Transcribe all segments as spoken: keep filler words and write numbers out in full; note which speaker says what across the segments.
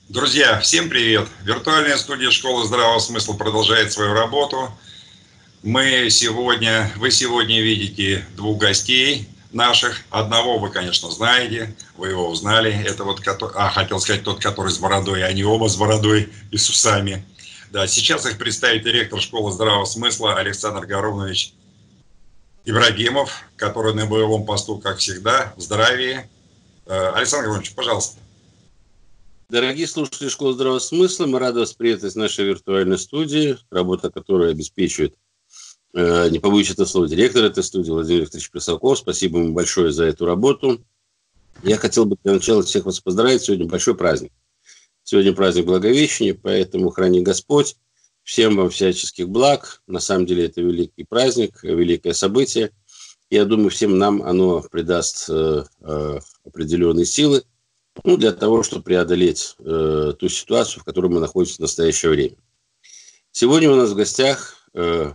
Speaker 1: Друзья, всем привет! Виртуальная студия Школы Здравого Смысла продолжает свою работу. Мы сегодня, вы сегодня видите двух гостей наших. Одного вы, конечно, знаете, вы его узнали. Это вот, а, хотел сказать, тот, который с бородой, они оба с бородой и с усами. Да, сейчас их представит директор Школы Здравого Смысла Александр Гарунович Ибрагимов, который на боевом посту, как всегда, в здравии. Александр Гарунович, пожалуйста.
Speaker 2: Дорогие слушатели Школы Здравого Смысла, мы рады вас приветствовать в нашей виртуальной студии, работа которой обеспечивает, э, не побоюсь этого слова, директор этой студии Владимир Викторович Присалков. Спасибо ему большое за эту работу. Я хотел бы для начала всех вас поздравить. Сегодня большой праздник. Сегодня праздник Благовещения, поэтому храни Господь. Всем вам всяческих благ. На самом деле это великий праздник, великое событие. Я думаю, всем нам оно придаст э, э, определенные силы, ну, для того, чтобы преодолеть э, ту ситуацию, в которой мы находимся в настоящее время. Сегодня у нас в гостях э,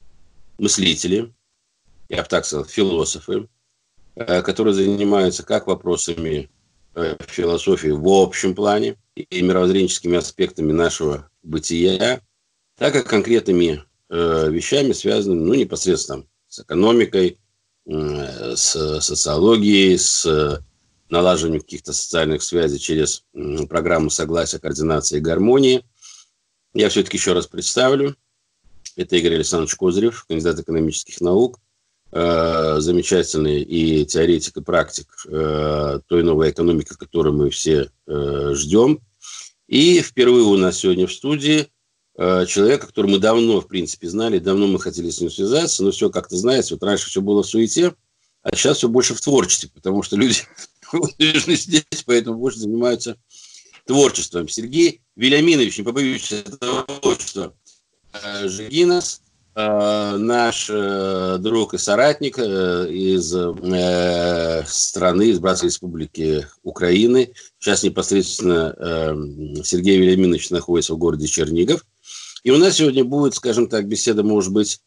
Speaker 2: мыслители, я бы так сказал, философы, э, которые занимаются как вопросами э, философии в общем плане и мировоззренческими аспектами нашего бытия, так и конкретными э, вещами, связанными ну, непосредственно с экономикой, э, с социологией, с налаживанию каких-то социальных связей через программу согласия, координации и гармонии. Я все-таки еще раз представлю. Это Игорь Александрович Козырев, кандидат экономических наук, э, замечательный и теоретик, и практик э, той новой экономики, которую мы все э, ждем. И впервые у нас сегодня в студии э, человек, который мы давно, в принципе, знали, давно мы хотели с ним связаться, но все как-то, знаете, вот раньше все было в суете, а сейчас все больше в творчестве, потому что люди вынуждены здесь, поэтому больше занимаются творчеством. Сергей Вельяминович, не побоюсь этого отчества, Жигинас, наш друг и соратник из страны, из Братской Республики Украины. Сейчас непосредственно Сергей Вельяминович находится в городе Чернигов. И у нас сегодня будет, скажем так, беседа, может быть,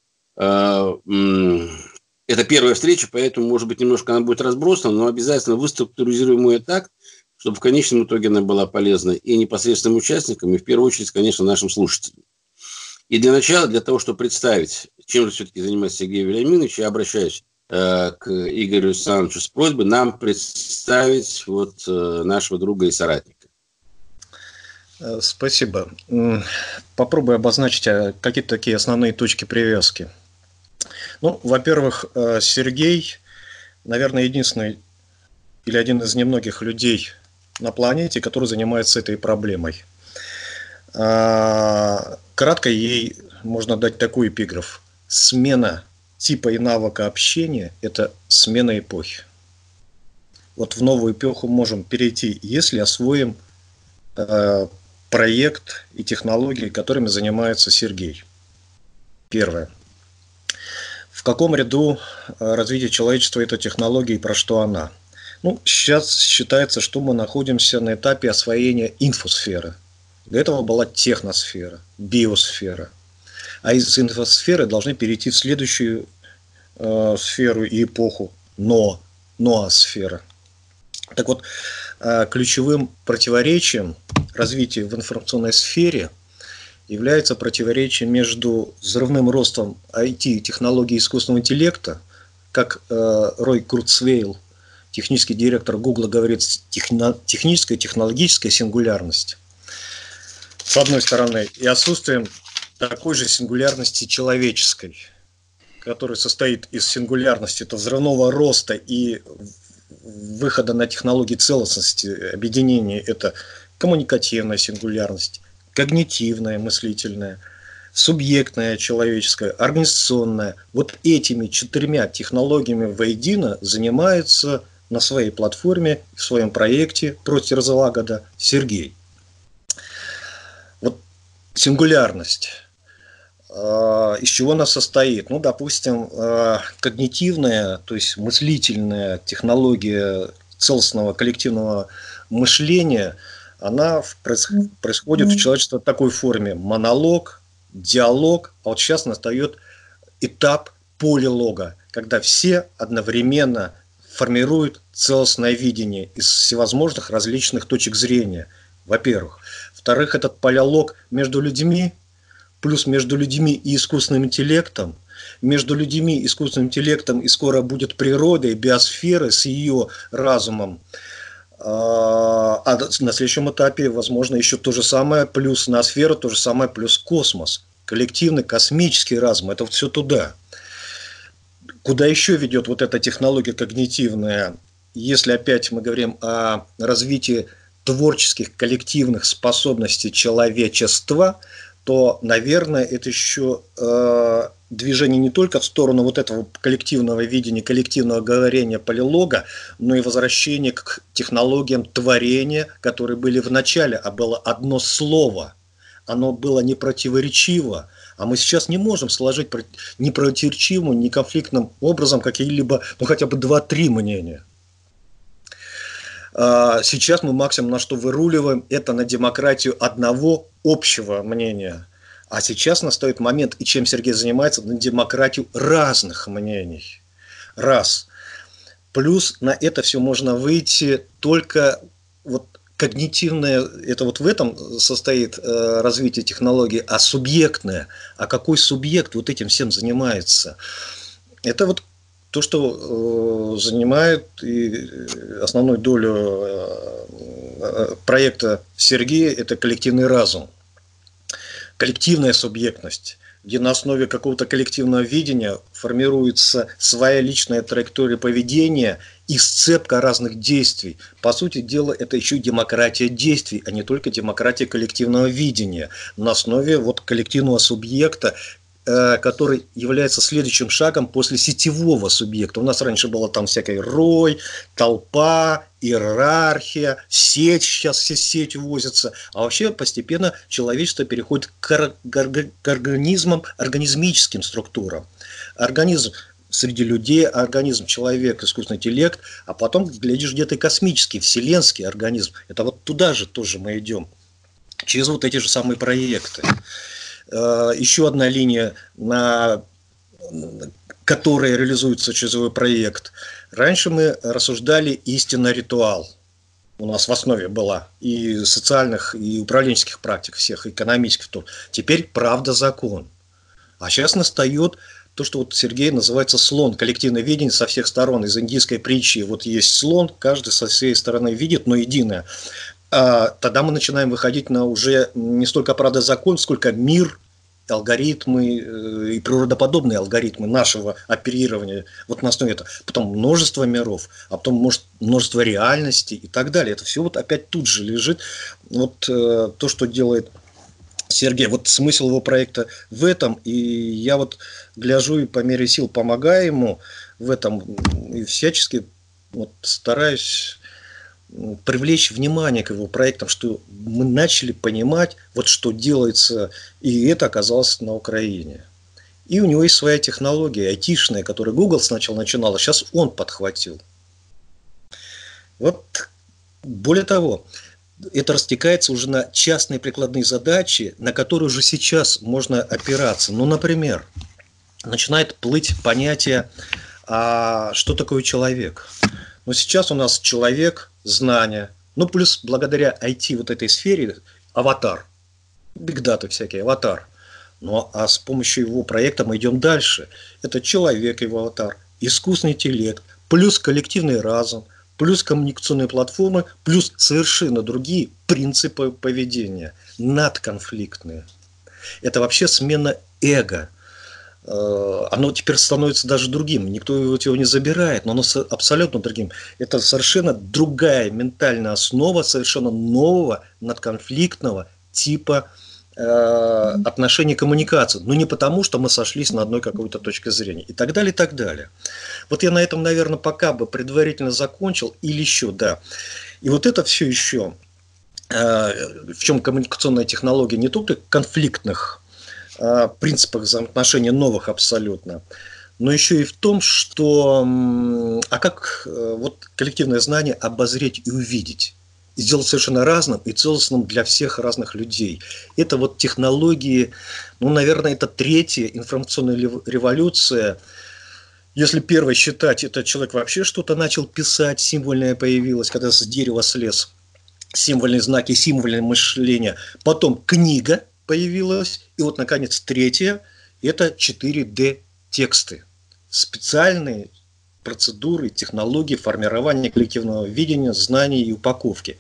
Speaker 2: это первая встреча, поэтому, может быть, немножко она будет разбросана, но обязательно выструктуризируем ее так, чтобы в конечном итоге она была полезна и непосредственным участникам, и в первую очередь, конечно, нашим слушателям. И для начала, для того, чтобы представить, чем же все-таки занимается Сергей Вельяминович, я обращаюсь э, к Игорю Александровичу с просьбой нам представить вот, э, нашего друга и соратника.
Speaker 3: Спасибо. Попробую обозначить какие-то такие основные точки привязки. Ну, во-первых, Сергей, наверное, единственный или один из немногих людей на планете, который занимается этой проблемой. Кратко ей можно дать такой эпиграф. Смена типа и навыка общения – это смена эпохи. Вот в новую эпоху можем перейти, если освоим проект и технологии, которыми занимается Сергей. Первое. В каком ряду развития человечества эта технология и про что она? Ну, сейчас считается, что мы находимся на этапе освоения инфосферы. До этого была техносфера, биосфера. А из инфосферы должны перейти в следующую э, сферу и эпоху – но, ноосфера. Так вот, э, ключевым противоречием развития в информационной сфере является противоречие между взрывным ростом ай ти, технологий искусственного интеллекта, как э, Рой Курцвейл, технический директор Гугла, говорит, техно, техническая, технологическая сингулярность, с одной стороны, и отсутствием такой же сингулярности человеческой, которая состоит из сингулярности, это взрывного роста и выхода на технологии целостности, объединения, это коммуникативная сингулярность, когнитивная, мыслительная, субъектная, человеческая, организационная. Вот этими четырьмя технологиями воедино занимается на своей платформе, в своем проекте «Прости Разлагода» Сергей. Вот сингулярность. Из чего она состоит? Ну, допустим, когнитивная, то есть мыслительная технология целостного коллективного мышления – она происходит в человечестве в такой форме: монолог, диалог, а вот сейчас настает этап полилога, когда все одновременно формируют целостное видение из всевозможных различных точек зрения. во-первых. Во-вторых, этот полилог между людьми, плюс между людьми и искусственным интеллектом, между людьми, искусственным интеллектом и скоро будет природой, биосферой с ее разумом. А на следующем этапе, возможно, еще то же самое, плюс ноосфера, то же самое, плюс космос. Коллективный космический разум, это вот все туда. Куда еще ведет вот эта технология когнитивная, если опять мы говорим о развитии творческих коллективных способностей человечества, то, наверное, это еще э, движение не только в сторону вот этого коллективного видения, коллективного говорения полилога, но и возвращение к технологиям творения, которые были в начале, а было одно слово. Оно было не противоречиво, а мы сейчас не можем сложить ни противоречивым, ни конфликтным образом какие-либо, ну хотя бы два-три мнения. Сейчас мы максимум на что выруливаем, это на демократию одного общего мнения. А сейчас настает момент, и чем Сергей занимается, на демократию разных мнений. Раз. Плюс на это все можно выйти только вот когнитивное, это вот в этом состоит э, развитие технологий, а субъектное. А какой субъект вот этим всем занимается? Это вот то, что э, занимает и основную долю э, проекта Сергея, это коллективный разум. Коллективная субъектность, где на основе какого-то коллективного видения формируется своя личная траектория поведения и сцепка разных действий. По сути дела, это еще и демократия действий, а не только демократия коллективного видения на основе вот коллективного субъекта, который является следующим шагом после сетевого субъекта. У нас раньше было там всякий рой, толпа, иерархия, сеть, сейчас все сеть возятся, а вообще постепенно человечество переходит к, к организмам, организмическим структурам. Организм среди людей, организм, человек, искусственный интеллект, а потом, глядишь, где-то космический, вселенский организм. Это вот туда же тоже мы идем, через вот эти же самые проекты. Еще одна линия, на которой реализуется через свой проект. Раньше мы рассуждали истинно-ритуал. У нас в основе была и социальных, и управленческих практик всех, экономических. Теперь правда-закон. А сейчас настает то, что вот Сергей называется слон, коллективное видение со всех сторон. Из индийской притчи вот есть слон, каждый со своей стороны видит, но единое. А тогда мы начинаем выходить на уже не столько правда закон, сколько мир, алгоритмы и природоподобные алгоритмы нашего оперирования. Вот на основе этого. Потом множество миров, а потом может множество реальностей и так далее. Это все вот опять тут же лежит. Вот э, то, что делает Сергей. Вот смысл его проекта в этом. И я вот гляжу и по мере сил помогаю ему в этом. И всячески вот стараюсь привлечь внимание к его проектам, что мы начали понимать, вот что делается, и это оказалось на Украине. И у него есть своя технология, айтишная, которую Google сначала начинал, а сейчас он подхватил. Вот, более того, это растекается уже на частные прикладные задачи, на которые уже сейчас можно опираться. Ну, например, начинает плыть понятие, а что такое человек. Но сейчас у нас человек, знания, ну плюс благодаря ай ти вот этой сфере аватар, бигдаты всякие, аватар. Ну а с помощью его проекта мы идем дальше. Это человек, его аватар, искусственный интеллект, плюс коллективный разум, плюс коммуникационные платформы, плюс совершенно другие принципы поведения, надконфликтные. Это вообще смена эго. Оно теперь становится даже другим. Никто его не забирает, но оно абсолютно другим. Это совершенно другая ментальная основа совершенно нового надконфликтного типа э, отношений коммуникации. Но не потому, что мы сошлись на одной какой-то точке зрения. И так далее, и так далее. Вот я на этом, наверное, пока бы предварительно закончил. Или еще, да. И вот это все еще, э, в чем коммуникационная технология не только конфликтных принципах взаимоотношений новых абсолютно, но еще и в том, что а как вот коллективное знание обозреть и увидеть, и сделать совершенно разным и целостным для всех разных людей. Это вот технологии, ну, наверное, это третья информационная революция. Если первой считать, это человек вообще что-то начал писать, символьное появилось, когда с дерева слез. символьные знаки, символьное мышление. Потом книга появилась. И вот, наконец, третье – это четыре дэ тексты. Специальные процедуры, технологии формирования коллективного видения, знаний и упаковки.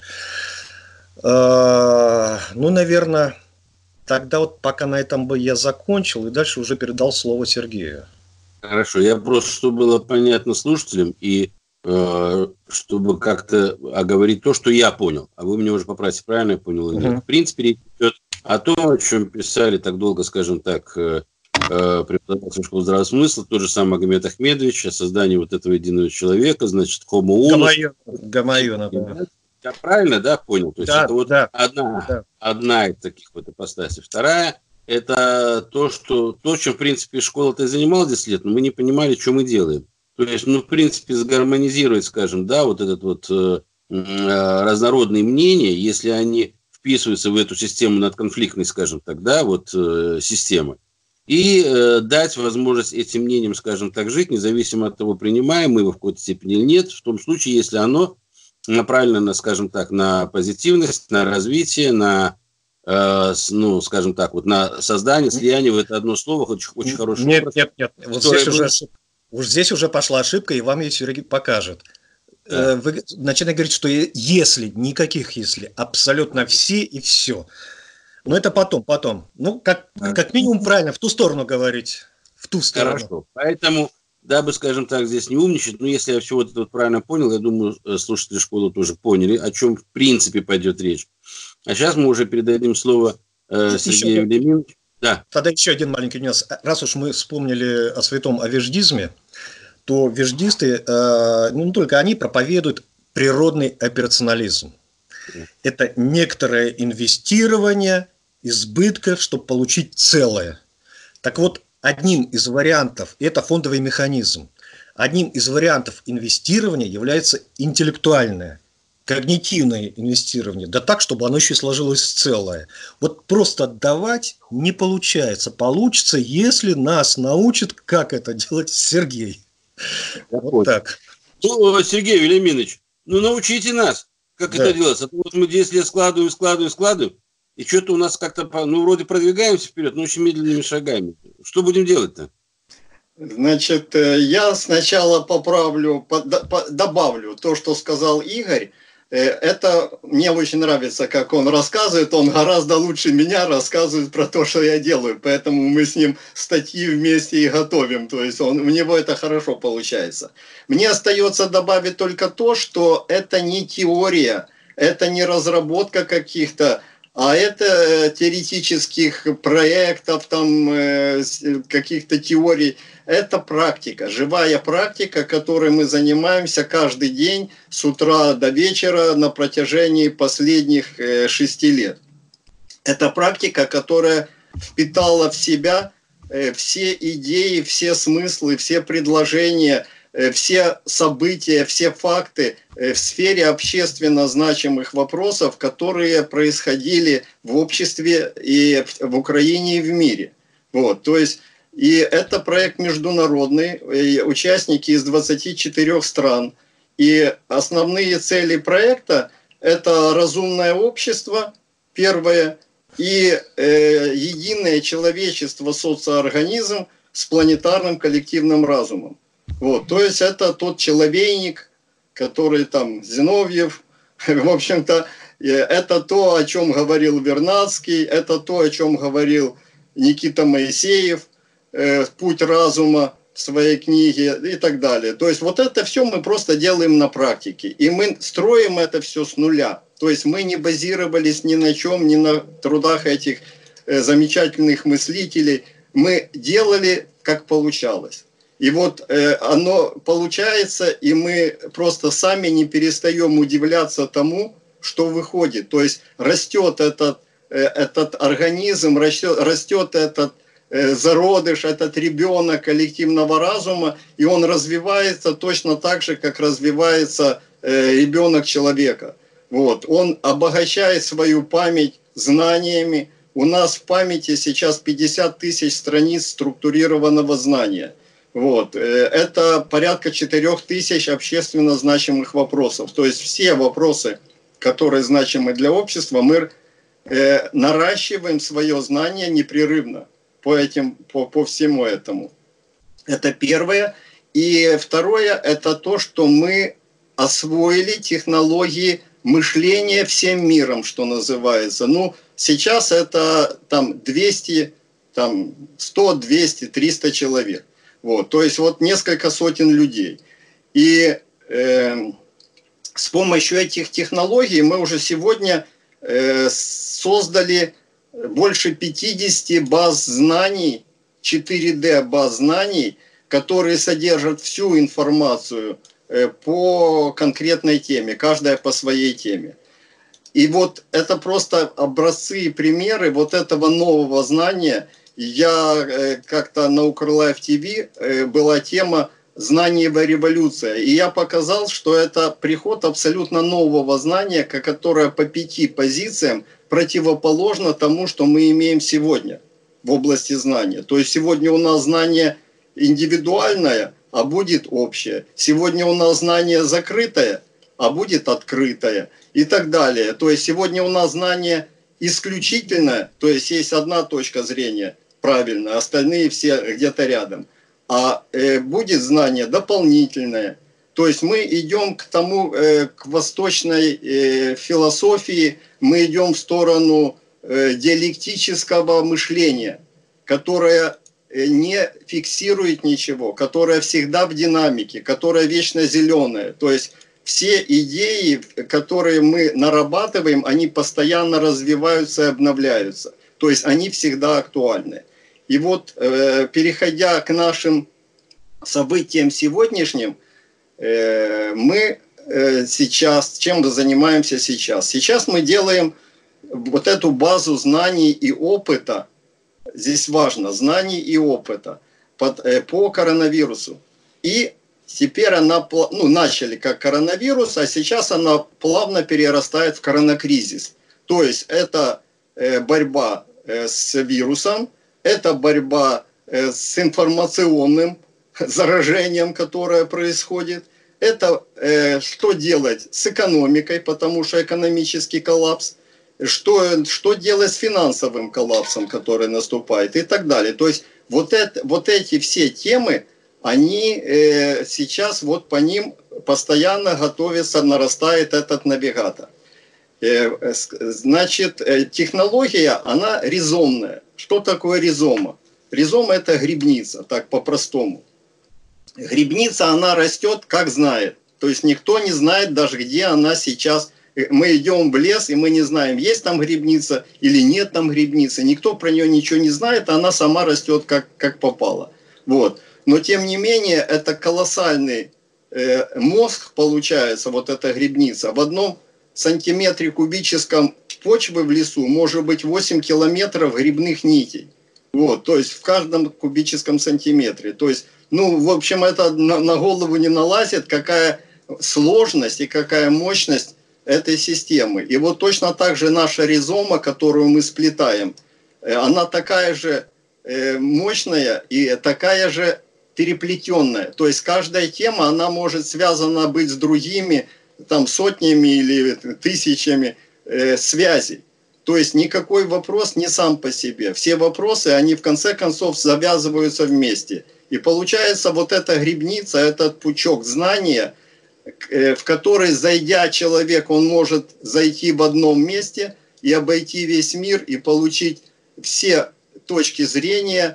Speaker 3: Ну, наверное, тогда вот пока на этом бы я закончил, и дальше уже передал слово Сергею.
Speaker 2: Хорошо, я просто, чтобы было понятно слушателям, и э, чтобы как-то оговорить то, что я понял, а вы меня уже поправьте, правильно я понял? Или нет? Uh-huh. В принципе, речь идет о том, о чем писали так долго, скажем так, э, э, преподаватель школы здравого смысла, тот же самый Магомед Ахмедович, о создании вот этого единого человека, значит, Homo Unus. Гомоюна, да. Я правильно, да, понял? То есть да, это вот да, одна, да. одна из таких вот ипостасей. Вторая – это то, что, то, чем, в принципе, школа-то и занималась десять лет, но мы не понимали, что мы делаем. То есть, ну, в принципе, сгармонизировать, скажем, да, вот этот вот э, э, разнородные мнения, если они вписываются в эту систему надконфликтной, скажем так, да, вот э, системы, и э, дать возможность этим мнениям, скажем так, жить, независимо от того, принимаем мы его в какой-то степени или нет, в том случае, если оно направлено, на, скажем так, на позитивность, на развитие, на, э, ну, скажем так, вот на создание, слияние, в это одно слово, очень, очень хорошее.
Speaker 3: Нет, образ, нет, нет, вот здесь уже, уж здесь уже пошла ошибка, и вам ее Сергей покажет. Да. Вы начинаете говорить, что если, никаких если, абсолютно все и все. Но это потом, потом. Ну, как, как минимум правильно, в ту сторону говорить, в ту сторону.
Speaker 2: Хорошо, поэтому... Дабы, скажем так, здесь не умничать, но если я все вот это вот правильно понял, я думаю, слушатели школы тоже поняли, о чем в принципе пойдет речь. А сейчас мы уже передадим слово э, Сергею Велиминовичу. Да.
Speaker 3: Тогда еще один маленький нюанс. Раз уж мы вспомнили о святом, о веждизме, то веждисты, э, ну, не только они проповедуют природный операционализм. Это некоторое инвестирование избытков, чтобы получить целое. Так вот, одним из вариантов, это фондовый механизм, одним из вариантов инвестирования является интеллектуальное, когнитивное инвестирование, да так, чтобы оно еще и сложилось в целое. Вот просто отдавать не получается. Получится, если нас научит, как это делать Сергей.
Speaker 2: Я вот так. Ну, Сергей Велиминович, ну научите нас, как да. это делается. Вот мы десять лет складываем, складываем, складываем. И что-то у нас как-то, ну, вроде продвигаемся вперед, но очень медленными шагами. Что будем делать-то?
Speaker 4: Значит, я сначала поправлю, добавлю то, что сказал Игорь. Это мне очень нравится, как он рассказывает. Он гораздо лучше меня рассказывает про то, что я делаю. Поэтому мы с ним статьи вместе и готовим. То есть он, у него это хорошо получается. Мне остается добавить только то, что это не теория, это не разработка каких-то, а это теоретических проектов, там, каких-то теорий. Это практика, живая практика, которой мы занимаемся каждый день с утра до вечера на протяжении последних шести лет. Это практика, которая впитала в себя все идеи, все смыслы, все предложения, все события, все факты в сфере общественно значимых вопросов, которые происходили в обществе и в Украине, и в мире. Вот, то есть, и это проект международный, участники из двадцати четырёх стран. И основные цели проекта – это разумное общество, первое, и э, единое человечество, социоорганизм с планетарным коллективным разумом. Вот, то есть это тот человейник, который там Зиновьев, в общем-то, это то, о чем говорил Вернадский, это то, о чем говорил Никита Моисеев, э, «Путь разума» в своей книге и так далее. То есть вот это все мы просто делаем на практике. И мы строим это все с нуля. То есть мы не базировались ни на чем, ни на трудах этих э, замечательных мыслителей. Мы делали, как получалось. И вот э, оно получается, и мы просто сами не перестаем удивляться тому, что выходит. То есть растет этот, э, этот организм, растет, растет этот э, зародыш, этот ребенок коллективного разума, и он развивается точно так же, как развивается э, ребенок человека. Вот. Он обогащает свою память знаниями. У нас в памяти сейчас пятьдесят тысяч страниц структурированного знания. Вот. Это порядка четырех тысяч общественно значимых вопросов. То есть все вопросы которые значимы для общества, мы э, наращиваем свое знание непрерывно по, этим, по, по всему этому. Это первое. И второе, это то, что мы освоили технологии мышления всем миром, что называется. Ну, сейчас это там двести, там сто, двести, триста человек. Вот, то есть вот несколько сотен людей. И э, с помощью этих технологий мы уже сегодня э, создали больше пятидесяти баз знаний, четыре дэ баз знаний, которые содержат всю информацию э, по конкретной теме, каждая по своей теме. И вот это просто образцы и примеры вот этого нового знания. Я э, как-то на Укрлайф ТВ э, была тема «Знаниевая революция». И я показал, что это приход абсолютно нового знания, которое по пяти позициям противоположно тому, что мы имеем сегодня в области знания. То есть сегодня у нас знание индивидуальное, а будет общее. Сегодня у нас знание закрытое, а будет открытое. И так далее. То есть сегодня у нас знание исключительное, то есть есть одна точка зрения правильная, остальные все где-то рядом. А э, будет знание дополнительное. То есть мы идем к тому, э, к восточной э, философии, мы идем в сторону э, диалектического мышления, которое э, не фиксирует ничего, которое всегда в динамике, которое вечно зеленое. То есть все идеи, которые мы нарабатываем, они постоянно развиваются и обновляются. То есть они всегда актуальны. И вот, э, переходя к нашим событиям сегодняшним, э, мы э, сейчас, чем мы занимаемся сейчас? Сейчас мы делаем вот эту базу знаний и опыта, здесь важно, знаний и опыта под, э, по коронавирусу. И теперь она, ну, начали как коронавирус, а сейчас она плавно перерастает в коронакризис. То есть это э, борьба э, с вирусом, это борьба э, с информационным заражением, которое происходит. Это э, что делать с экономикой, потому что экономический коллапс. Что, что делать с финансовым коллапсом, который наступает и так далее. То есть вот, это, вот эти все темы, они э, сейчас вот по ним постоянно готовится, нарастает этот навигатор. Э, э, значит, э, технология, она ризомная. Что такое ризома? Ризома – это грибница, так по-простому. Грибница, она растет, как знает. То есть никто не знает даже, где она сейчас. Мы идем в лес, и мы не знаем, есть там грибница или нет там грибницы. Никто про нее ничего не знает, а она сама растет, как, как попало. Вот. Но тем не менее, это колоссальный э, мозг получается, вот эта грибница. В одном сантиметре кубическом почвы в лесу может быть восемь километров грибных нитей. Вот, то есть в каждом кубическом сантиметре. То есть, ну, в общем, это на, на голову не налазит, какая сложность и какая мощность этой системы. И вот точно так же наша ризома, которую мы сплетаем, она такая же э, мощная и такая же переплетенная. То есть каждая тема, она может связана быть с другими там сотнями или тысячами э, связей. То есть никакой вопрос не сам по себе. Все вопросы, они в конце концов завязываются вместе. И получается вот эта грибница, этот пучок знания, э, в который, зайдя человек, он может зайти в одном месте и обойти весь мир и получить все точки зрения,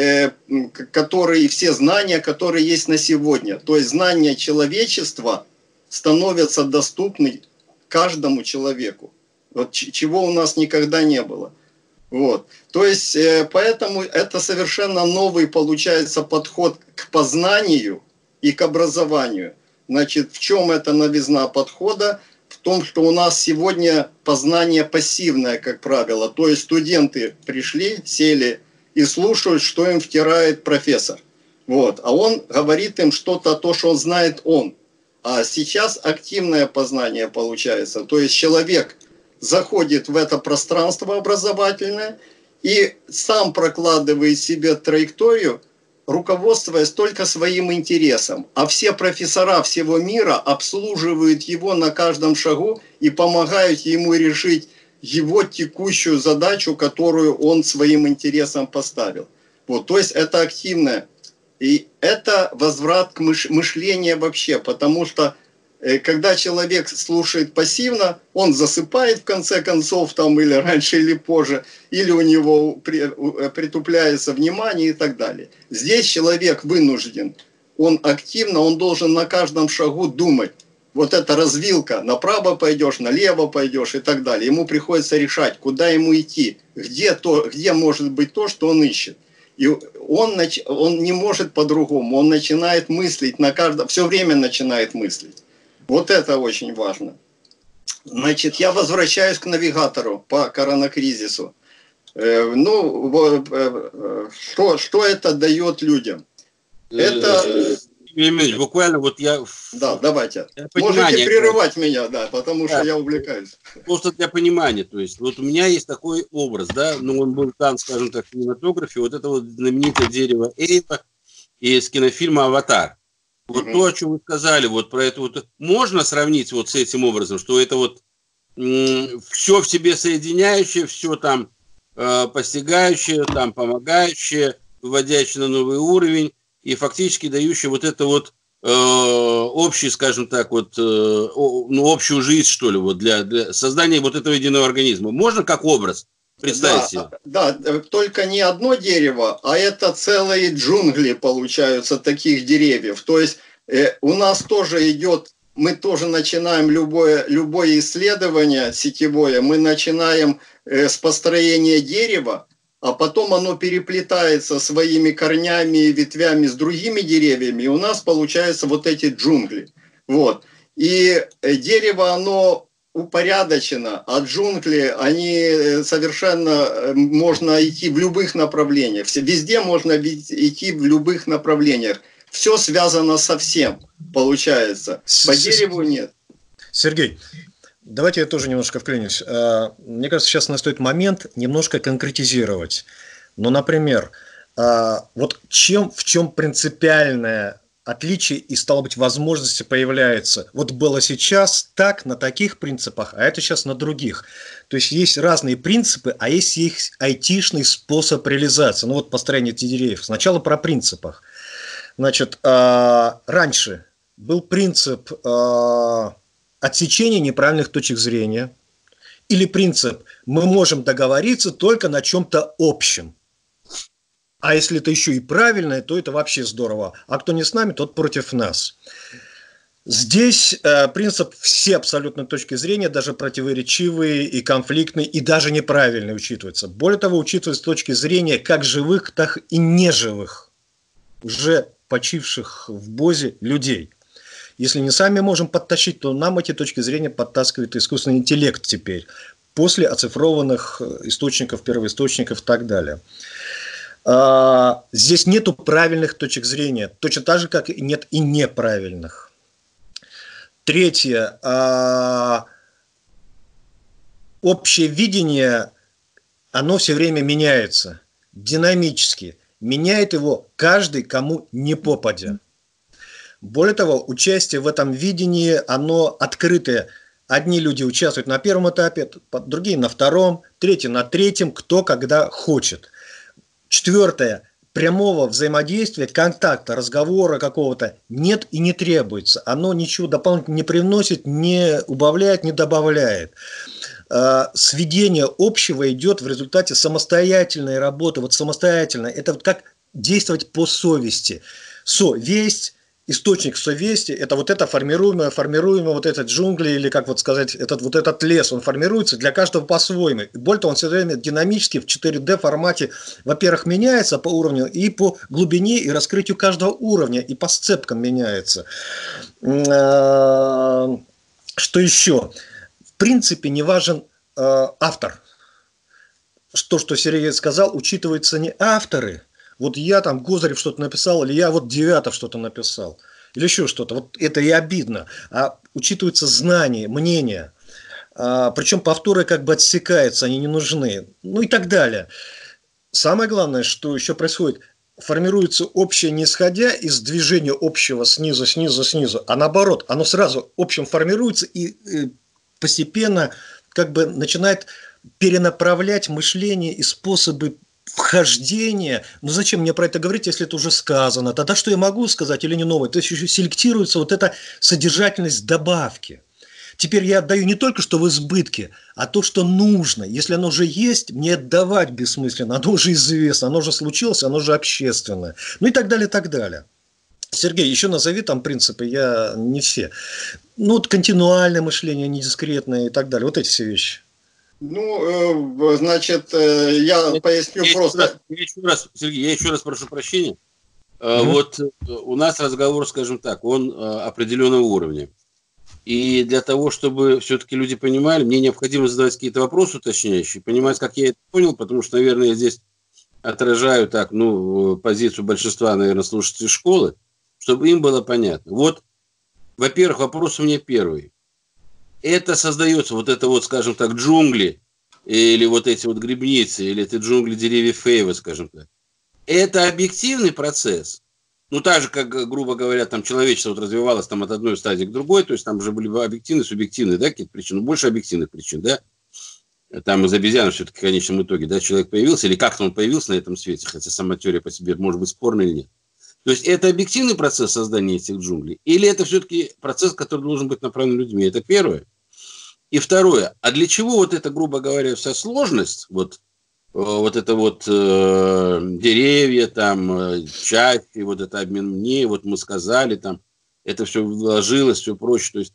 Speaker 4: которые, все знания, которые есть на сегодня. То есть знания человечества становятся доступны каждому человеку. Вот чего у нас никогда не было. Вот. То есть поэтому это совершенно новый получается подход к познанию и к образованию. Значит, в чем эта новизна подхода? В том, что у нас сегодня познание пассивное, как правило. То есть студенты пришли, сели и слушают, что им втирает профессор. Вот. А он говорит им что-то, то, что он знает он. А сейчас активное познание получается. То есть человек заходит в это пространство образовательное и сам прокладывает себе траекторию руководствуясь только своим интересом, а все профессора всего мира обслуживают его на каждом шагу и помогают ему решить его текущую задачу, которую он своим интересом поставил. Вот, то есть это активное. И это возврат к мыш- мышлению вообще, потому что э, когда человек слушает пассивно, он засыпает в конце концов, там, или раньше, или позже, или у него при, у, притупляется внимание и так далее. Здесь человек вынужден, он активно, он должен на каждом шагу думать. Вот эта развилка, направо пойдешь, налево пойдешь и так далее. Ему приходится решать, куда ему идти, где, то, где может быть то, что он ищет. И он, он не может по-другому, он начинает мыслить, на каждом, все время начинает мыслить. Вот это очень важно. Значит, я возвращаюсь к навигатору по коронакризису. Э, ну, э, что, что это дает людям? Это...
Speaker 2: Емельевич, буквально вот я...
Speaker 4: Да, давайте. Можете прерывать меня, да, потому что да. я увлекаюсь.
Speaker 2: Просто для понимания, то есть, вот у меня есть такой образ, да, ну, он был там, скажем так, в кинематографе, вот это вот знаменитое дерево Эйва из кинофильма «Аватар». Вот mm-hmm. то, о чем вы сказали, вот про это вот, можно сравнить вот с этим образом, что это вот м- все в себе соединяющее, все там э, постигающее, там помогающее, выводящее на новый уровень, и фактически дающий вот это вот э, общий, скажем так, вот, э, о, ну, общую жизнь, что ли, вот для, для создания вот этого единого организма. Можно как образ представить себе?
Speaker 4: Да, да, только не одно дерево, а это целые джунгли получаются таких деревьев. То есть э, у нас тоже идет, мы тоже начинаем любое, любое исследование сетевое, мы начинаем э, с построения дерева, а потом оно переплетается своими корнями и ветвями с другими деревьями, и у нас получаются вот эти джунгли. Вот. И дерево, оно упорядочено, а джунгли, они совершенно, можно идти в любых направлениях. Везде можно идти в любых направлениях. Все связано со всем, получается. По дереву нет.
Speaker 3: Сергей, давайте я тоже немножко вклинюсь. Мне кажется, сейчас настает момент немножко конкретизировать. Ну, например, вот чем, в чем принципиальное отличие и, стало быть, возможности появляются? Вот было сейчас так, на таких принципах, а это сейчас на других. То есть есть разные принципы, а есть их айтишный способ реализации. Ну вот построение этих деревьев. Сначала про принципах. Значит, раньше был принцип отсечение неправильных точек зрения, или принцип «мы можем договориться только на чем-то общем». А если это еще и правильное, то это вообще здорово. А кто не с нами, тот против нас. Здесь э, принцип все абсолютно точки зрения, даже противоречивые и конфликтные, и даже неправильные учитываются. Более того, учитываются точки зрения как живых, так и неживых, уже почивших в БОЗе людей. Если не сами можем подтащить, то нам эти точки зрения подтаскивает искусственный интеллект теперь, после оцифрованных источников, первоисточников и так далее. Здесь нету правильных точек зрения, точно так же, как и нет и неправильных. Третье. Общее видение, оно все время меняется, динамически. Меняет его каждый, кому не попадя. Более того, участие в этом видении, оно открытое. Одни люди участвуют на первом этапе, другие на втором, третьи на третьем, кто когда хочет. Четвертое. Прямого взаимодействия, контакта, разговора какого-то нет и не требуется. Оно ничего дополнительно не привносит, не убавляет, не добавляет. Сведение общего идет в результате самостоятельной работы. Вот самостоятельно. Это вот как действовать по совести. Совесть. Источник совести – это вот это формируемое, формируемое, вот этот джунгли, или как вот сказать, этот, вот этот лес, он формируется для каждого по-своему. И более того, он все время динамически в четыре дэ формате, во-первых, меняется по уровню и по глубине и раскрытию каждого уровня, и по сцепкам меняется. Что еще? В принципе, не важен автор. То, что Сергей сказал, учитываются не авторы. Вот я там Гозарев что-то написал, или я вот Девятов что-то написал, или еще что-то. Вот это и обидно. А учитываются знания, мнения. А, причем повторы как бы отсекаются, они не нужны. Ну и так далее. Самое главное, что еще происходит, формируется общее не исходя из движения общего снизу, снизу, снизу, а наоборот, оно сразу общим формируется и постепенно как бы начинает перенаправлять мышление и способы вхождения. Но зачем мне про это говорить, если это уже сказано? Тогда что я могу сказать или не новое? То есть еще селектируется вот эта содержательность добавки. Теперь я отдаю не только что в избытке, а то, что нужно. Если оно уже есть, мне отдавать бессмысленно. Оно уже известно, оно уже случилось, оно уже общественное. Ну и так далее, так далее. Сергей, еще назови там принципы, я не все. Ну вот континуальное мышление, недискретное и так далее. Вот эти все вещи.
Speaker 4: Ну, значит, я, я поясню я просто.
Speaker 2: Еще раз, я еще раз, Сергей, я еще раз прошу прощения. Mm-hmm. Вот у нас разговор, скажем так, он определенного уровня. И для того, чтобы все-таки люди понимали, мне необходимо задавать какие-то вопросы уточняющие, понимать, как я это понял, потому что, наверное, я здесь отражаю так, ну, позицию большинства, наверное, слушателей школы, чтобы им было понятно. Вот, во-первых, вопрос у меня первый. Это создается, вот это вот, скажем так, джунгли, или вот эти вот грибницы, или это джунгли деревьев Фейва, скажем так. Это объективный процесс. Ну, так же, как, грубо говоря, там человечество вот развивалось там, от одной стадии к другой, то есть там уже были объективные, субъективные, да, какие-то причины, больше объективных причин, да. Там из обезьяны все-таки в конечном итоге, да, человек появился, или как-то он появился на этом свете, хотя сама теория по себе может быть спорна или нет. То есть это объективный процесс создания этих джунглей, или это все-таки процесс, который должен быть направлен людьми, это первое. И второе, а для чего вот эта, грубо говоря, вся сложность, вот, вот это вот э, деревья, там, э, части, вот это обмен мнений, вот мы сказали, там, это все вложилось, все прочее. То есть,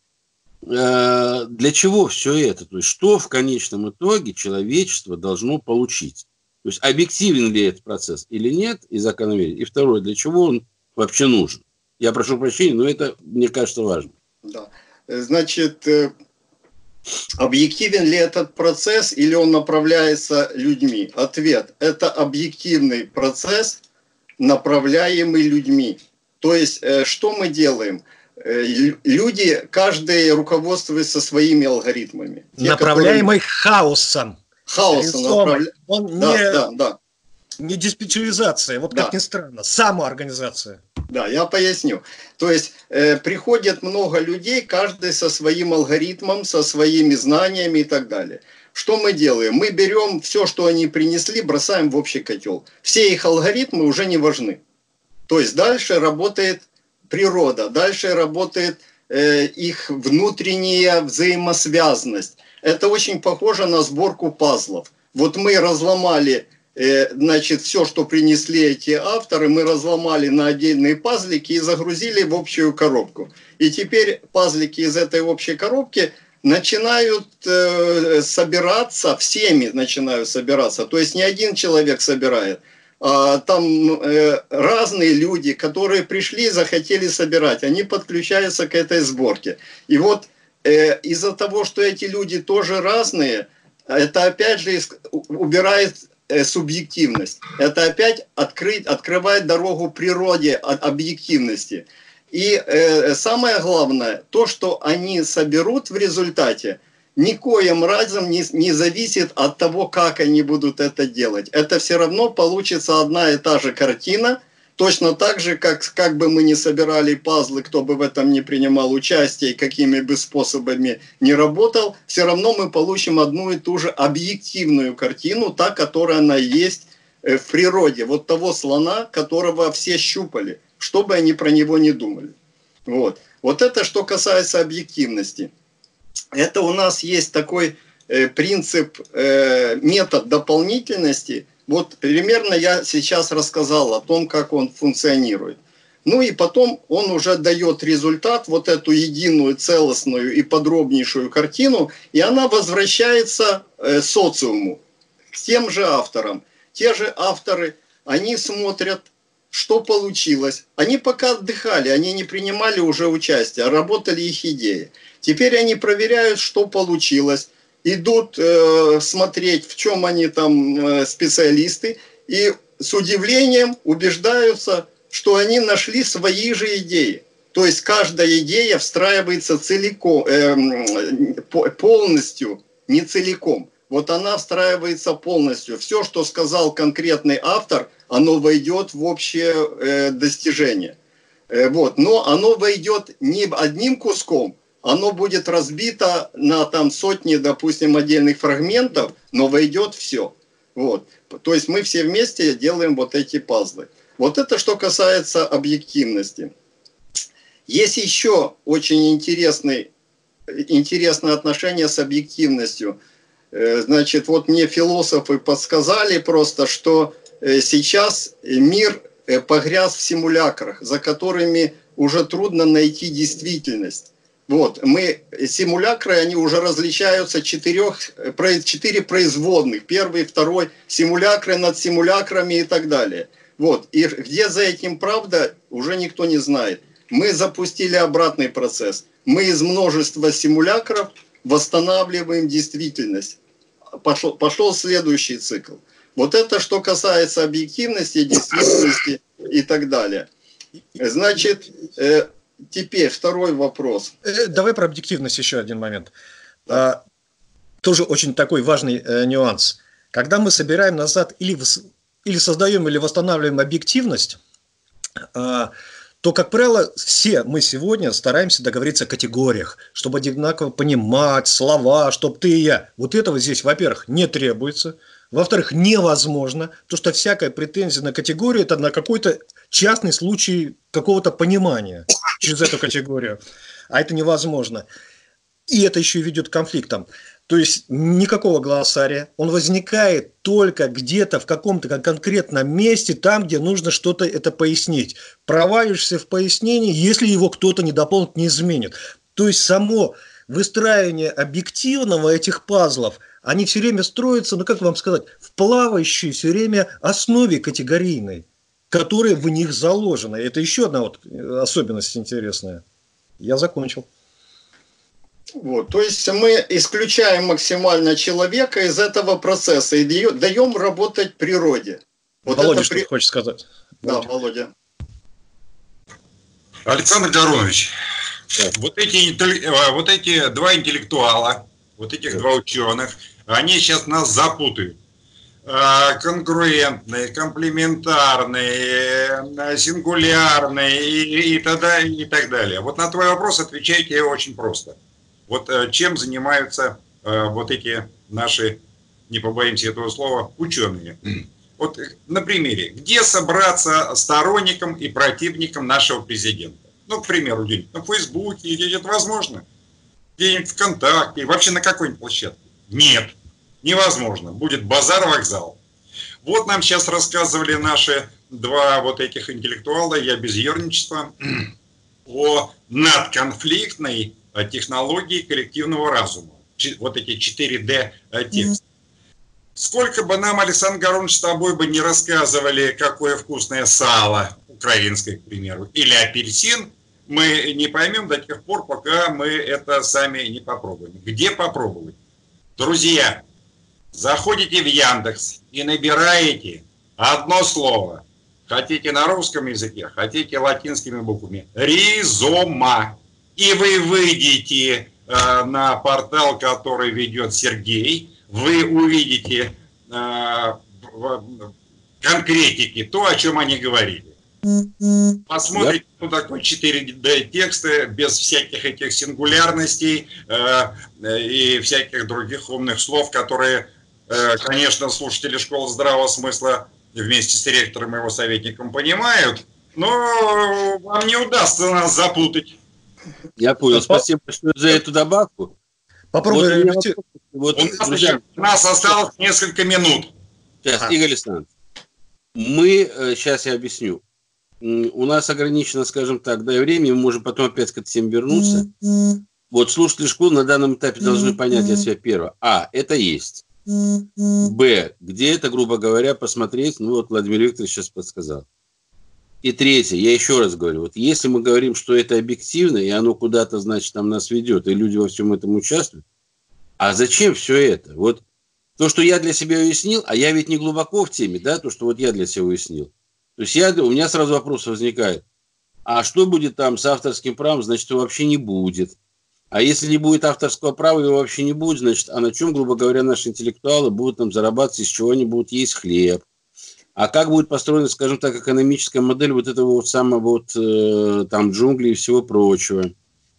Speaker 2: э, для чего все это? То есть, что в конечном итоге человечество должно получить? То есть, объективен ли этот процесс или нет, и закономерен? И второе, для чего он вообще нужен? Я прошу прощения, но это, мне кажется, важно.
Speaker 4: Да. Значит, объективен ли этот процесс или он направляется людьми? Ответ – это объективный процесс, направляемый людьми. То есть, что мы делаем? Люди, каждый руководствуется своими алгоритмами.
Speaker 3: Те, направляемый которые... хаосом.
Speaker 4: Хаосом. Направля...
Speaker 3: Он
Speaker 4: да,
Speaker 3: не,
Speaker 4: да, да.
Speaker 3: не диспетчеризация, вот
Speaker 4: да.
Speaker 3: как ни странно, самоорганизация.
Speaker 4: Да, я поясню. То есть э, приходит много людей, каждый со своим алгоритмом, со своими знаниями и так далее. Что мы делаем? Мы берем все, что они принесли, бросаем в общий котел. Все их алгоритмы уже не важны. То есть дальше работает природа, дальше работает э, их внутренняя взаимосвязанность. Это очень похоже на сборку пазлов. Вот мы разломали... Значит, все, что принесли эти авторы, мы разломали на отдельные пазлики и загрузили в общую коробку. И теперь пазлики из этой общей коробки начинают э, собираться, всеми начинают собираться. То есть не один человек собирает, а там э, разные люди, которые пришли и захотели собирать, они подключаются к этой сборке. И вот э, из-за того, что эти люди тоже разные, это опять же убирает субъективность. Это опять открыть, открывает дорогу природе от объективности. И э, самое главное, то, что они соберут в результате, никоим разом не, не зависит от того, как они будут это делать. Это все равно получится одна и та же картина, точно так же, как, как бы мы ни собирали пазлы, кто бы в этом не принимал участие, какими бы способами не работал, все равно мы получим одну и ту же объективную картину, та, которая она есть в природе. Вот того слона, которого все щупали, что бы они про него не думали. Вот, вот это что касается объективности. Это у нас есть такой э, принцип, э, метод дополнительности. Вот примерно я сейчас рассказал о том, как он функционирует. Ну и потом он уже дает результат, вот эту единую, целостную и подробнейшую картину, и она возвращается э, социуму, к тем же авторам. Те же авторы, они смотрят, что получилось. Они пока отдыхали, они не принимали уже участие, а работали их идеи. Теперь они проверяют, что получилось. Идут э, смотреть, в чем они там э, специалисты, и с удивлением убеждаются, что они нашли свои же идеи. То есть каждая идея встраивается целиком, э, полностью, не целиком. Вот она встраивается полностью. Все, что сказал конкретный автор, оно войдет в общее э, достижение. Э, вот. Но оно войдет не одним куском, оно будет разбито на там сотни, допустим, отдельных фрагментов, но войдет все. Вот. То есть мы все вместе делаем вот эти пазлы. Вот это что касается объективности. Есть еще очень интересный, интересное отношение с объективностью. Значит, вот мне философы подсказали просто, что сейчас мир погряз в симулякрах, за которыми уже трудно найти действительность. Вот, мы, симулякры, они уже различаются четырех, четыре производных. Первый, второй, симулякры над симулякрами и так далее. Вот, и где за этим правда, уже никто не знает. Мы запустили обратный процесс. Мы из множества симулякров восстанавливаем действительность. Пошел, пошел следующий цикл. Вот это что касается объективности, действительности и так далее. Значит, э, теперь второй вопрос.
Speaker 3: Давай про объективность еще один момент. Да. Тоже очень такой важный э, нюанс. Когда мы собираем назад или, или создаем, или восстанавливаем объективность, э, то, как правило, все мы сегодня стараемся договориться о категориях, чтобы одинаково понимать слова, чтобы ты и я. Вот этого здесь, во-первых, не требуется. Во-вторых, невозможно, потому что всякая претензия на категорию – это на какой-то частный случай какого-то понимания через эту категорию. А это невозможно. И это еще и ведет к конфликтам. То есть никакого глоссария. Он возникает только где-то в каком-то конкретном месте, там, где нужно что-то это пояснить. Провалишься в пояснении, если его кто-то не дополнит, не изменит. То есть само выстраивание объективного этих пазлов, они все время строятся, ну как вам сказать, в плавающей все время основе категорийной, которая в них заложена. Это еще одна вот особенность интересная. Я закончил.
Speaker 4: Вот, то есть мы исключаем максимально человека из этого процесса и даем работать природе. Вот
Speaker 3: Володя,
Speaker 4: это
Speaker 3: что
Speaker 4: при...
Speaker 3: ты хочешь сказать?
Speaker 4: Да, Володя.
Speaker 1: Александр Гарунович, да. вот, эти, вот эти два интеллектуала, вот этих да. два ученых, они сейчас нас запутают. Конкурентные, комплементарные, сингулярные и, и, тогда, и так далее. Вот на твой вопрос отвечайте очень просто. Вот чем занимаются вот эти наши, не побоимся этого слова, ученые. Вот на примере, где собраться сторонникам и противникам нашего президента? Ну, к примеру, где-нибудь на Фейсбуке, где-нибудь возможно? Где-нибудь ВКонтакте, вообще на какой-нибудь площадке? Нет, невозможно. Будет базар-вокзал. Вот нам сейчас рассказывали наши два вот этих интеллектуала, я без ерничества, о надконфликтной технологии коллективного разума. Вот эти четыре дэ тексты. Сколько бы нам, Александр Гарунович, с тобой бы не рассказывали, какое вкусное сало украинское, к примеру, или апельсин, мы не поймем до тех пор, пока мы это сами не попробуем. Где попробовать? Друзья, заходите в Яндекс и набираете одно слово. Хотите на русском языке, хотите латинскими буквами. Ризома. И вы выйдете э, на портал, который ведет Сергей, вы увидите э, в конкретики то, о чем они говорили. Посмотрите, что такое четыре дэ тексты без всяких этих сингулярностей э, и всяких других умных слов, которые, э, конечно, слушатели школы здравого смысла вместе с ректором и его советником понимают, но вам не удастся нас запутать.
Speaker 2: Я понял. Спасибо большое за эту добавку.
Speaker 3: Попробуй.
Speaker 2: Вот вот,
Speaker 1: у, нас
Speaker 2: друзья,
Speaker 1: еще, у нас осталось несколько минут.
Speaker 2: Сейчас, а. Игорь Александрович, мы, сейчас я объясню, у нас ограничено, скажем так, да, и время, мы можем потом опять к этой теме вернуться. Mm-hmm. Вот слушатели школы на данном этапе должны понять для себя первое. А, это есть. Mm-hmm. Б, где это, грубо говоря, посмотреть, ну вот Владимир Викторович сейчас подсказал. И третье, я еще раз говорю, вот если мы говорим, что это объективно, и оно куда-то, значит, там нас ведет, и люди во всем этом участвуют, а зачем все это? Вот то, что я для себя уяснил, а я ведь не глубоко в теме, да, то, что вот я для себя уяснил. То есть я, у меня сразу вопрос возникает, а что будет там с авторским правом, значит, его вообще не будет. А если не будет авторского права, его вообще не будет, значит, а на чем, грубо говоря, наши интеллектуалы будут там зарабатывать, из чего они будут есть хлеб. а как будет построена, скажем так, экономическая модель вот этого вот самого вот э, там джунглей и всего прочего.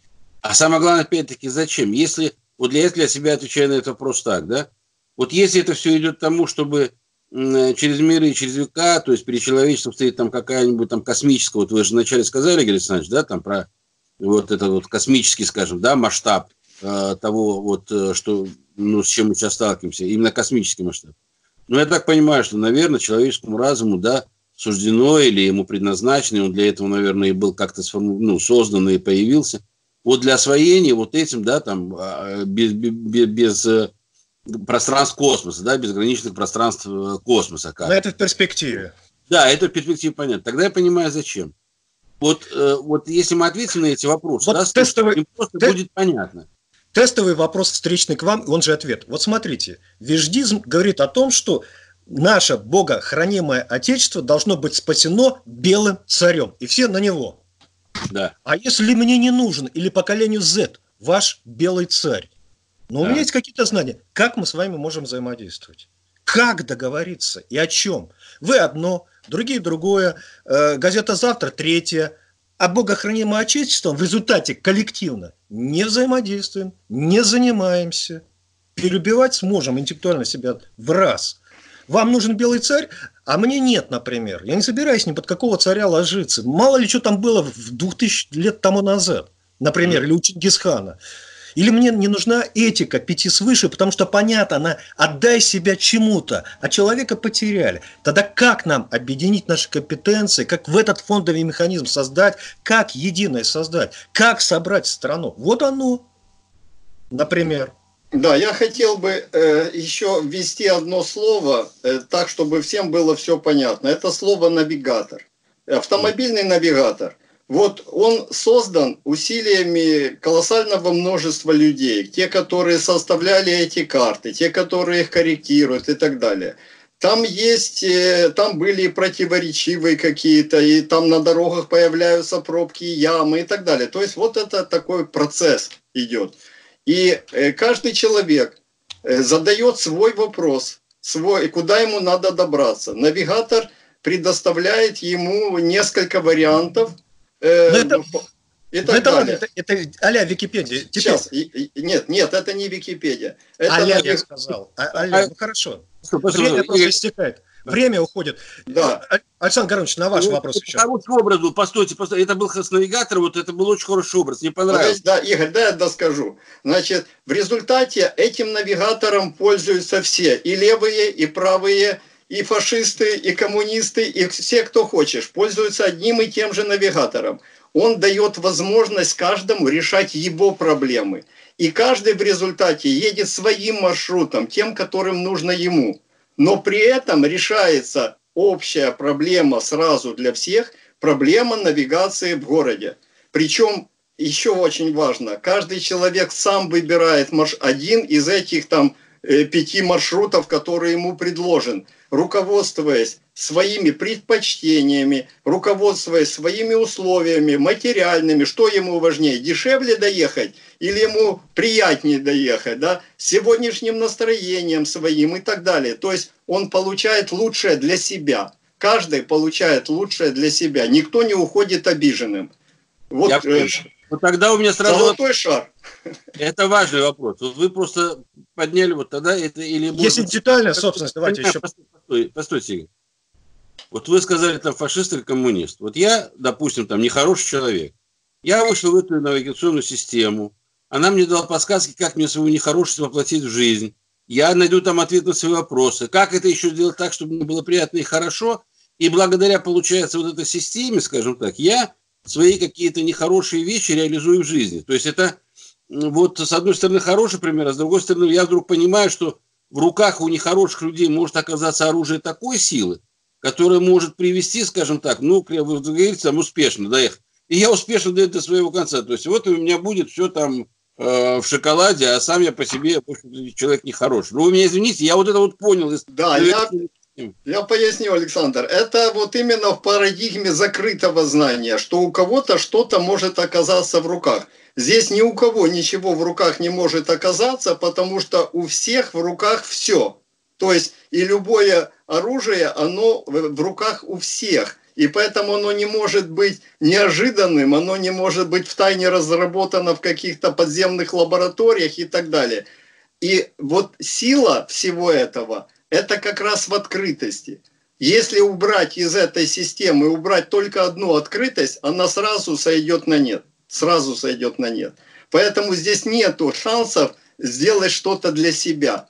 Speaker 2: А самое главное, опять-таки, зачем? Если, вот для этого я себя отвечаю на этот вопрос так, да, вот если это все идет к тому, чтобы э, через миры и через века, то есть перед человечеством стоит там какая-нибудь там космическая, вот вы же вначале сказали, Игорь Александрович, да, там про вот этот вот космический, скажем, да, масштаб э, того вот, э, что, ну, с чем мы сейчас сталкиваемся, именно космический масштаб. Ну, я так понимаю, что, наверное, человеческому разуму, да, суждено или ему предназначено, он для этого, наверное, и был как-то сформу... ну, создан и появился. Вот для освоения вот этим, да, там, без, без, без пространств космоса, да, безграничных пространств космоса. Как.
Speaker 3: Но это в перспективе.
Speaker 2: Да, это в перспективе понятно. Тогда я понимаю, зачем. Вот, вот если мы ответим на эти вопросы, вот да, тестовый, им просто те... будет понятно.
Speaker 3: Тестовый вопрос встречный к вам, он же ответ. Вот смотрите, веждизм говорит о том, что наше богохранимое отечество должно быть спасено белым царем, и все на него.
Speaker 2: Да.
Speaker 3: А если мне не нужен, или поколению Z, ваш белый царь, но да. у меня есть какие-то знания, как мы с вами можем взаимодействовать? Как договориться и о чем? Вы одно, другие другое, э, газета «Завтра» третье, а богохранимое отечеством в результате коллективно не взаимодействуем, не занимаемся. Перебивать сможем интеллектуально себя в раз. Вам нужен белый царь, а мне нет, например. Я не собираюсь ни под какого царя ложиться. Мало ли что там было в двухтысячи лет тому назад, например, или у Чингисхана. Или мне не нужна этика пяти свыше, потому что понятно, она отдай себя чему-то, а человека потеряли. Тогда как нам объединить наши компетенции, как в этот фондовый механизм создать, как единое создать, как собрать страну? Вот оно, например.
Speaker 4: Да, я хотел бы э, еще ввести одно слово, э, так, чтобы всем было все понятно. Это слово «навигатор». Автомобильный навигатор. Вот он создан усилиями колоссального множества людей. Те, которые составляли эти карты, те, которые их корректируют и так далее. Там есть, там были противоречивые какие-то, и там на дорогах появляются пробки, ямы и так далее. То есть вот это такой процесс идет. И каждый человек задает свой вопрос, свой, куда ему надо добраться. Навигатор предоставляет ему несколько вариантов,
Speaker 3: Но это, и так это, далее. это, это а-ля Википедия. Теперь.
Speaker 4: Сейчас, нет, нет, это не Википедия. Это
Speaker 3: а-ля
Speaker 4: навиг...
Speaker 3: я сказал. А-ля, ну хорошо. Время просто истекает. Время уходит.
Speaker 4: Да.
Speaker 3: Александр Горович, на ваш ну, вопрос еще.
Speaker 2: Хороший образ был, постойте, постойте. Это был с навигатора, вот это был очень хороший образ, мне понравилось.
Speaker 4: Да, Игорь, да, я доскажу. Значит, в результате этим навигатором пользуются все, и левые, и правые, и фашисты, и коммунисты, и все, кто хочешь, пользуются одним и тем же навигатором. Он дает возможность каждому решать его проблемы. И каждый в результате едет своим маршрутом, тем, которым нужно ему. Но при этом решается общая проблема сразу для всех, проблема навигации в городе. Причем, еще очень важно, каждый человек сам выбирает один из этих там пяти маршрутов, который ему предложен, руководствуясь своими предпочтениями, руководствуясь своими условиями, материальными, что ему важнее, дешевле доехать или ему приятнее доехать, да, с сегодняшним настроением своим и так далее. То есть он получает лучшее для себя. Каждый получает лучшее для себя. Никто не уходит обиженным. Вот,
Speaker 2: Я...
Speaker 4: э,
Speaker 2: вот тогда у меня сразу...
Speaker 4: Золотой шар.
Speaker 2: Это важный вопрос. Вот вы просто подняли вот тогда это или...
Speaker 3: Если детальная собственность, давайте еще...
Speaker 2: Постой, постойте, Игорь. Вот вы сказали там фашист или коммунист. Вот я, допустим, там нехороший человек. Я вышел в эту навигационную систему. Она мне дала подсказки, как мне свою нехорошесть воплотить в жизнь. Я найду там ответ на свои вопросы. Как это еще сделать так, чтобы мне было приятно и хорошо. И благодаря, получается, вот этой системе, скажем так, я свои какие-то нехорошие вещи реализую в жизни. То есть это вот с одной стороны хороший пример, а с другой стороны я вдруг понимаю, что в руках у нехороших людей может оказаться оружие такой силы, которое может привести, скажем так, ну, вы говорите, там успешно доехать. И я успешно дойду до своего конца. То есть вот у меня будет все там э, в шоколаде, а сам я по себе человек нехороший. Ну, вы меня извините, я вот это вот понял.
Speaker 4: Да, я... Я поясню, Александр, это вот именно в парадигме закрытого знания, что у кого-то что-то может оказаться в руках. Здесь ни у кого ничего в руках не может оказаться, потому что у всех в руках все. То есть и любое оружие, оно в руках у всех. И поэтому оно не может быть неожиданным, оно не может быть втайне разработано в каких-то подземных лабораториях и так далее. И вот сила всего этого, это как раз в открытости. Если убрать из этой системы, убрать только одну открытость, она сразу сойдет на нет. Сразу сойдет на нет. Поэтому здесь нету шансов сделать что-то для себя.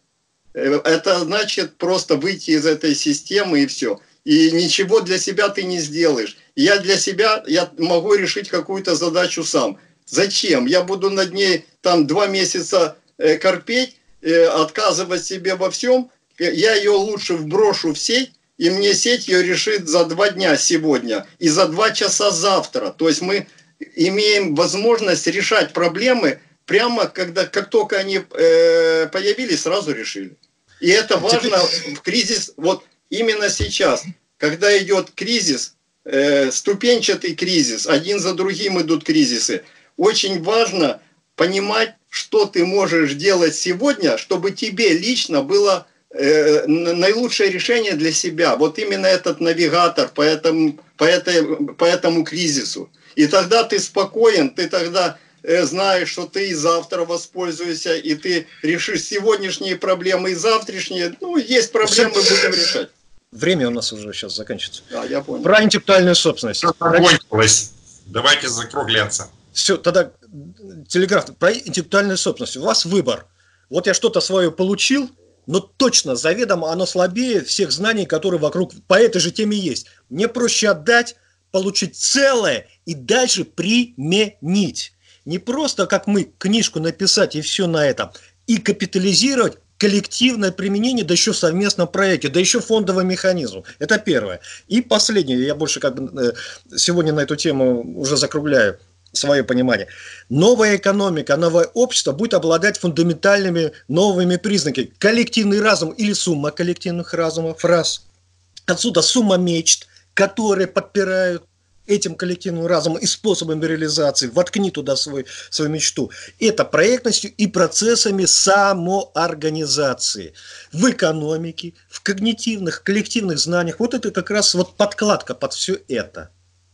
Speaker 4: Это значит просто выйти из этой системы и все. И ничего для себя ты не сделаешь. Я для себя, я могу решить какую-то задачу сам. Зачем? Я буду над ней там два месяца э, корпеть, э, отказывать себе во всем. Я ее лучше вброшу в сеть, и мне сеть ее решит за два дня сегодня и за два часа завтра. То есть мы имеем возможность решать проблемы прямо, когда, как только они э, появились, сразу решили. И это важно в кризис, вот именно сейчас, когда идет кризис, э, ступенчатый кризис, один за другим идут кризисы, очень важно понимать, что ты можешь делать сегодня, чтобы тебе лично было э, наилучшее решение для себя. Вот именно этот навигатор по этому, по, этой, по этому кризису. И тогда ты спокоен, ты тогда э, знаешь, что ты и завтра воспользуешься, и ты решишь сегодняшние проблемы и завтрашние. Ну, есть проблемы, будем решать.
Speaker 3: Время у нас уже сейчас заканчивается.
Speaker 4: Да, я понял.
Speaker 3: Про интеллектуальную собственность.
Speaker 1: Закончилось. Давайте закругляться.
Speaker 3: Все, тогда телеграф. Про интеллектуальную собственность. У вас выбор. Вот я что-то свое получил, но точно, заведомо оно слабее всех знаний, которые вокруг по этой же теме есть. Мне проще отдать, получить целое и дальше применить. Не просто, как мы, книжку написать и все на этом. И капитализировать коллективное применение, да еще в совместном проекте, да еще фондовый механизм. Это первое. И последнее, я больше как бы сегодня на эту тему уже закругляю свое понимание. Новая экономика, новое общество будет обладать фундаментальными новыми признаками. Коллективный разум или сумма коллективных разумов, раз. Отсюда сумма мечт, которые подпирают этим коллективным разумом и способами реализации, воткни туда свой, свою мечту. Это проектностью и процессами самоорганизации в экономике, в когнитивных, коллективных знаниях. Вот это как раз вот подкладка под все это.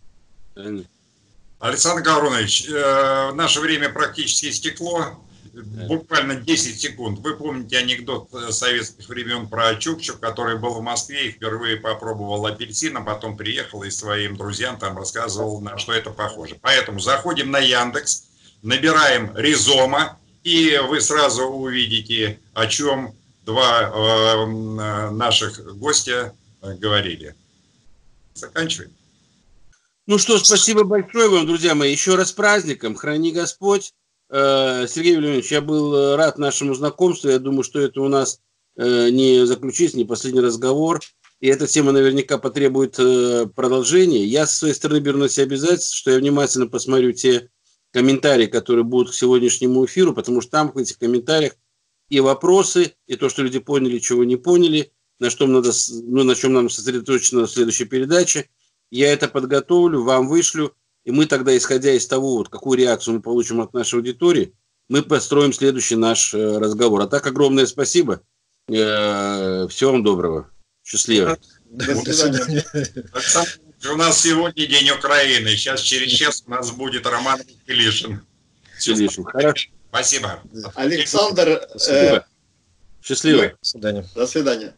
Speaker 1: Александр Гавронович, э, наше время практически истекло. Буквально десять секунд. Вы помните анекдот советских времен про Чукчу, который был в Москве и впервые попробовал апельсин, а потом приехал и своим друзьям там рассказывал, на что это похоже. Поэтому заходим на Яндекс, набираем ризома, и вы сразу увидите, о чем два э, наших гостя говорили. Заканчиваем.
Speaker 2: Ну что, спасибо большое вам, друзья мои. Еще раз с праздником. Храни Господь. Сергей Владимирович, я был рад нашему знакомству. Я думаю, что это у нас не заключится, не последний разговор. И эта тема наверняка потребует продолжения. Я с своей стороны беру на себя обязательство, что я внимательно посмотрю те комментарии, которые будут к сегодняшнему эфиру, потому что там в этих комментариях и вопросы, и то, что люди поняли, чего не поняли, на, что надо, ну, на чем нам сосредоточиться в следующей передаче. Я это подготовлю, вам вышлю. И мы тогда, исходя из того, вот, какую реакцию мы получим от нашей аудитории, мы построим следующий наш э, разговор. А так, огромное спасибо. Э, всего вам доброго. Счастливо.
Speaker 4: До свидания.
Speaker 1: У нас сегодня День Украины. Сейчас через час у нас будет Роман Килишин.
Speaker 2: Килишин. Хорошо.
Speaker 1: Спасибо.
Speaker 4: Александр.
Speaker 2: Спасибо.
Speaker 4: Э,
Speaker 2: Счастливо.
Speaker 3: До свидания.
Speaker 4: До свидания.